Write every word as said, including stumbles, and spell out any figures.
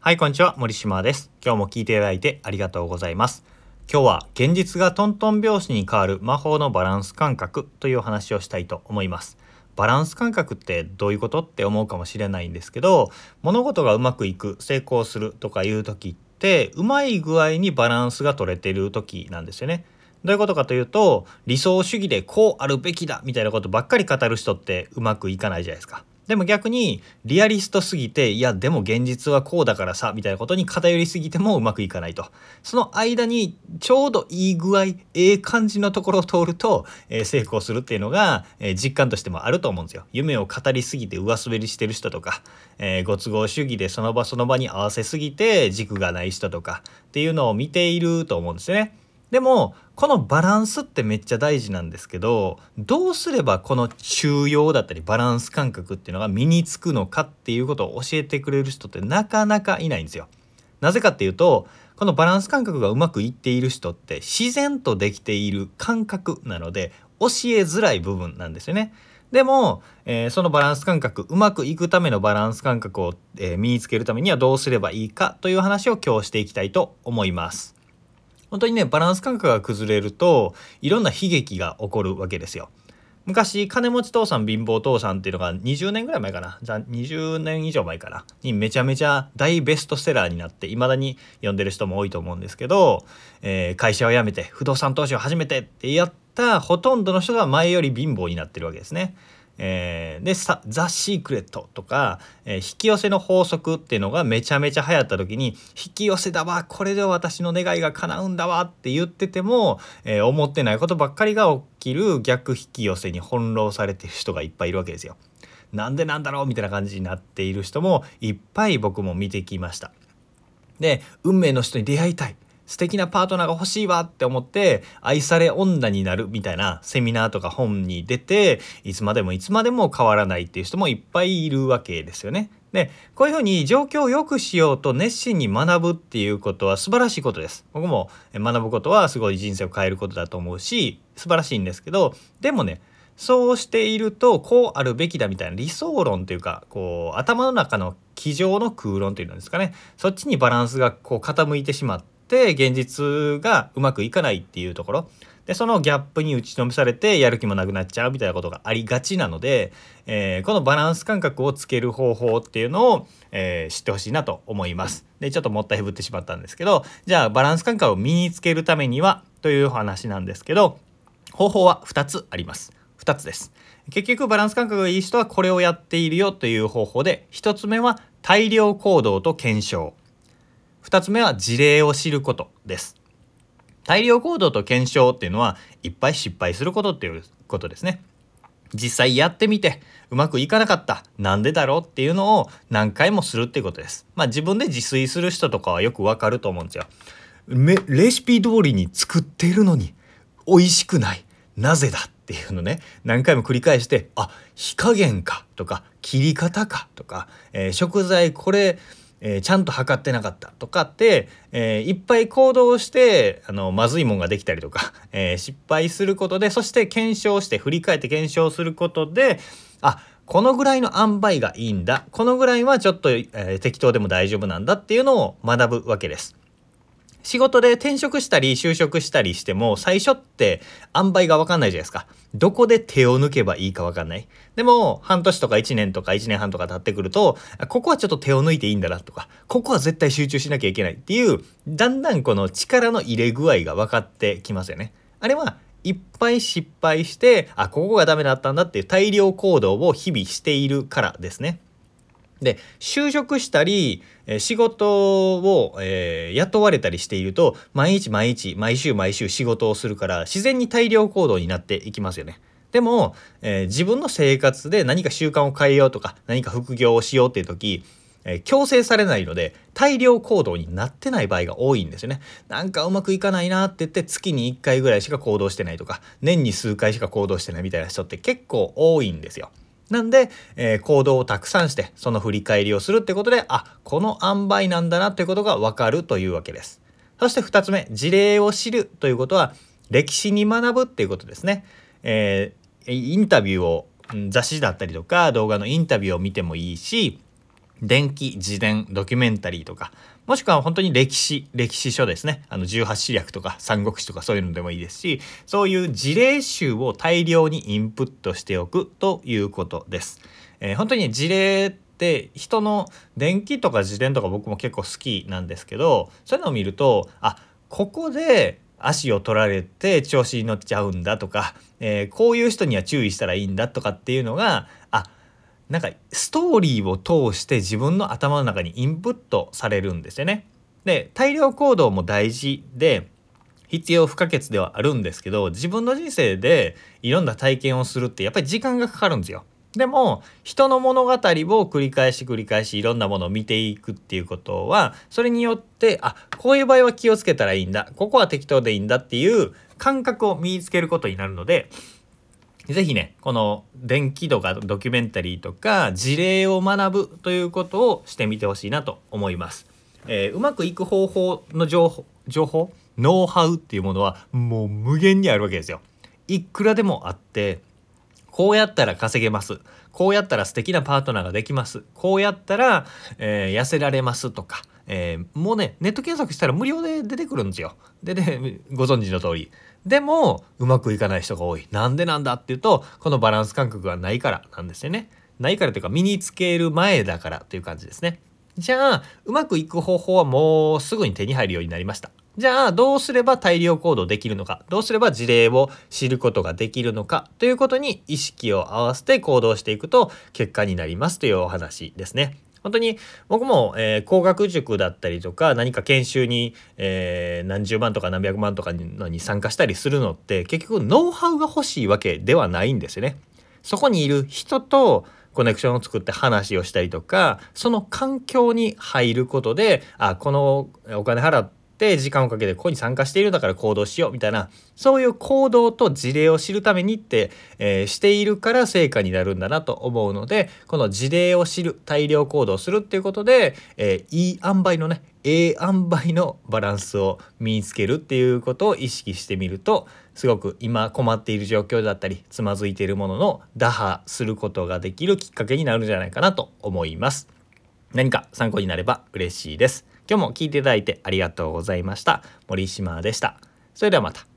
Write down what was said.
はい、こんにちは。森島です。今日も聞いていただいてありがとうございます。今日は現実がトントン拍子に変わる魔法のバランス感覚というお話をしたいと思います。バランス感覚ってどういうことって思うかもしれないんですけど、物事がうまくいく、成功するとかいう時ってうまい具合にバランスが取れている時なんですよね。どういうことかというと、理想主義でこうあるべきだみたいなことばっかり語る人ってうまくいかないじゃないですか。でも逆にリアリストすぎて、いやでも現実はこうだからさみたいなことに偏りすぎてもうまくいかないと。その間にちょうどいい具合、ええ感じのところを通ると、えー成功するっていうのが、えー実感としてもあると思うんですよ。夢を語りすぎて上滑りしてる人とか、えーご都合主義でその場その場に合わせすぎて軸がない人とかっていうのを見ていると思うんですよね。でもこのバランスってめっちゃ大事なんですけど、どうすればこの中庸だったりバランス感覚っていうのが身につくのかっていうことを教えてくれる人ってなかなかいないんですよ。なぜかっていうと、このバランス感覚がうまくいっている人って自然とできている感覚なので教えづらい部分なんですよね。でも、えーそのバランス感覚、うまくいくためのバランス感覚を、えー身につけるためにはどうすればいいかという話を今日していきたいと思います。本当にね、バランス感覚が崩れるといろんな悲劇が起こるわけですよ。昔金持ち父さん貧乏父さんっていうのがにじゅうねんぐらい前かな、じゃあにじゅうねん以上前かなにめちゃめちゃ大ベストセラーになって未だに読んでる人も多いと思うんですけど、えー会社を辞めて不動産投資を始めてってやったほとんどの人が前より貧乏になってるわけですね。えーでさザ・シークレットとか、えー引き寄せの法則っていうのがめちゃめちゃ流行った時に、引き寄せだわ、これで私の願いが叶うんだわって言ってても、えー思ってないことばっかりが起きる逆引き寄せに翻弄されてる人がいっぱいいるわけですよ。なんでなんだろうみたいな感じになっている人もいっぱい僕も見てきました。で、運命の人に出会いたい、素敵なパートナーが欲しいわって思って愛され女になるみたいなセミナーとか本に出て、いつまでもいつまでも変わらないっていう人もいっぱいいるわけですよね。で、こういうふうに状況を良くしようと熱心に学ぶっていうことは素晴らしいことです。僕もえ学ぶことはすごい人生を変えることだと思うし素晴らしいんですけど、でもね、そうしているとこうあるべきだみたいな理想論というか、こう頭の中の机上の空論というんですかね、そっちにバランスがこう傾いてしまって現実がうまくいかないっていうところで、そのギャップに打ちのめされてやる気もなくなっちゃうみたいなことがありがちなので、えーこのバランス感覚をつける方法っていうのを、えー知ってほしいなと思います。で、ちょっともったいぶってしまったんですけど、じゃあバランス感覚を身につけるためにはという話なんですけど、方法はふたつあります。ふたつです。結局バランス感覚がいい人はこれをやっているよという方法で、ひとつめは大量行動と検証、ふたつめは事例を知ることです。大量行動と検証っていうのはいっぱい失敗することっていうことですね。実際やってみてうまくいかなかった、なんでだろうっていうのを何回もするっていうことです。まあ自分で自炊する人とかはよくわかると思うんですよ。めレシピ通りに作ってるのに美味しくない、なぜだっていうのね、何回も繰り返して、あ、火加減かとか切り方かとか、えー食材これ、えーちゃんと測ってなかったとかって、えーいっぱい行動してあのまずいもんができたりとか、えー失敗することで、そして検証して振り返って検証することで、あ、このぐらいの塩梅がいいんだ、このぐらいはちょっと、えー適当でも大丈夫なんだっていうのを学ぶわけです。仕事で転職したり就職したりしても最初って塩梅が分かんないじゃないですか。どこで手を抜けばいいか分かんない。でも半年とかいちねんとかいちねんはんとか経ってくると、ここはちょっと手を抜いていいんだなとか、ここは絶対集中しなきゃいけないっていう、だんだんこの力の入れ具合が分かってきますよね。あれはいっぱい失敗して、あ、ここがダメだったんだっていう大量行動を日々しているからですね。で、就職したり、えー仕事を、えー雇われたりしていると、毎日毎日、毎週毎週仕事をするから、自然に大量行動になっていきますよね。でも、えー自分の生活で何か習慣を変えようとか、何か副業をしようっていう時、えー強制されないので、大量行動になってない場合が多いんですよね。なんかうまくいかないなって言って、月にいっかいぐらいしか行動してないとか、年に数回しか行動してないみたいな人って結構多いんですよ。なんで、えー行動をたくさんしてその振り返りをするってことで、あ、この塩梅なんだなということが分かるというわけです。そしてふたつめ、事例を知るということは歴史に学ぶっていうことですね。えーインタビューを、うん雑誌だったりとか動画のインタビューを見てもいいし、 伝記、自伝、ドキュメンタリーとか、もしくは本当に歴史、歴史書ですね。あのじゅうはち史略とか三国志とかそういうのでもいいですし、そういう事例集を大量にインプットしておくということです。えー本当に事例って人の伝記とか自伝とか僕も結構好きなんですけど、そういうのを見ると、あ、ここで足を取られて調子に乗っちゃうんだとか、えーこういう人には注意したらいいんだとかっていうのが、あ、なんかストーリーを通して自分の頭の中にインプットされるんですよね。で、大量行動も大事で必要不可欠ではあるんですけど、自分の人生でいろんな体験をするってやっぱり時間がかかるんですよ。でも人の物語を繰り返し繰り返しいろんなものを見ていくっていうことは、それによって、あ、こういう場合は気をつけたらいいんだ、ここは適当でいいんだっていう感覚を身につけることになるので、ぜひね、この伝記とかドキュメンタリーとか事例を学ぶということをしてみてほしいなと思います。えーうまくいく方法の情報、情報、ノウハウっていうものはもう無限にあるわけですよ。いくらでもあって、こうやったら稼げます。こうやったら素敵なパートナーができます。こうやったら、えー痩せられますとか、えーもうね、ネット検索したら無料で出てくるんですよ。でね、ご存知の通り。でも、うまくいかない人が多い。なんでなんだっていうと、このバランス感覚がないからなんですよね。ないからというか、身につける前だからという感じですね。じゃあ、うまくいく方法はもうすぐに手に入るようになりました。じゃあ、どうすれば大量行動できるのか、どうすれば事例を知ることができるのかということに意識を合わせて行動していくと結果になりますというお話ですね。本当に僕も、えー、工学塾だったりとか何か研修に、えー何十万とか何百万とかのに参加したりするのって結局ノウハウが欲しいわけではないんですよね。そこにいる人とコネクションを作って話をしたりとか、その環境に入ることで、あ、このお金払って時間をかけてここに参加しているんだから行動しようみたいな、そういう行動と事例を知るためにって、えーしているから成果になるんだなと思うので、この事例を知る、大量行動するっていうことで、えーいい塩梅のね、ええ塩梅のバランスを身につけるっていうことを意識してみると、すごく今困っている状況だったりつまずいているものの打破することができるきっかけになるんじゃないかなと思います。何か参考になれば嬉しいです。今日も聞いていただいてありがとうございました。森島でした。それではまた。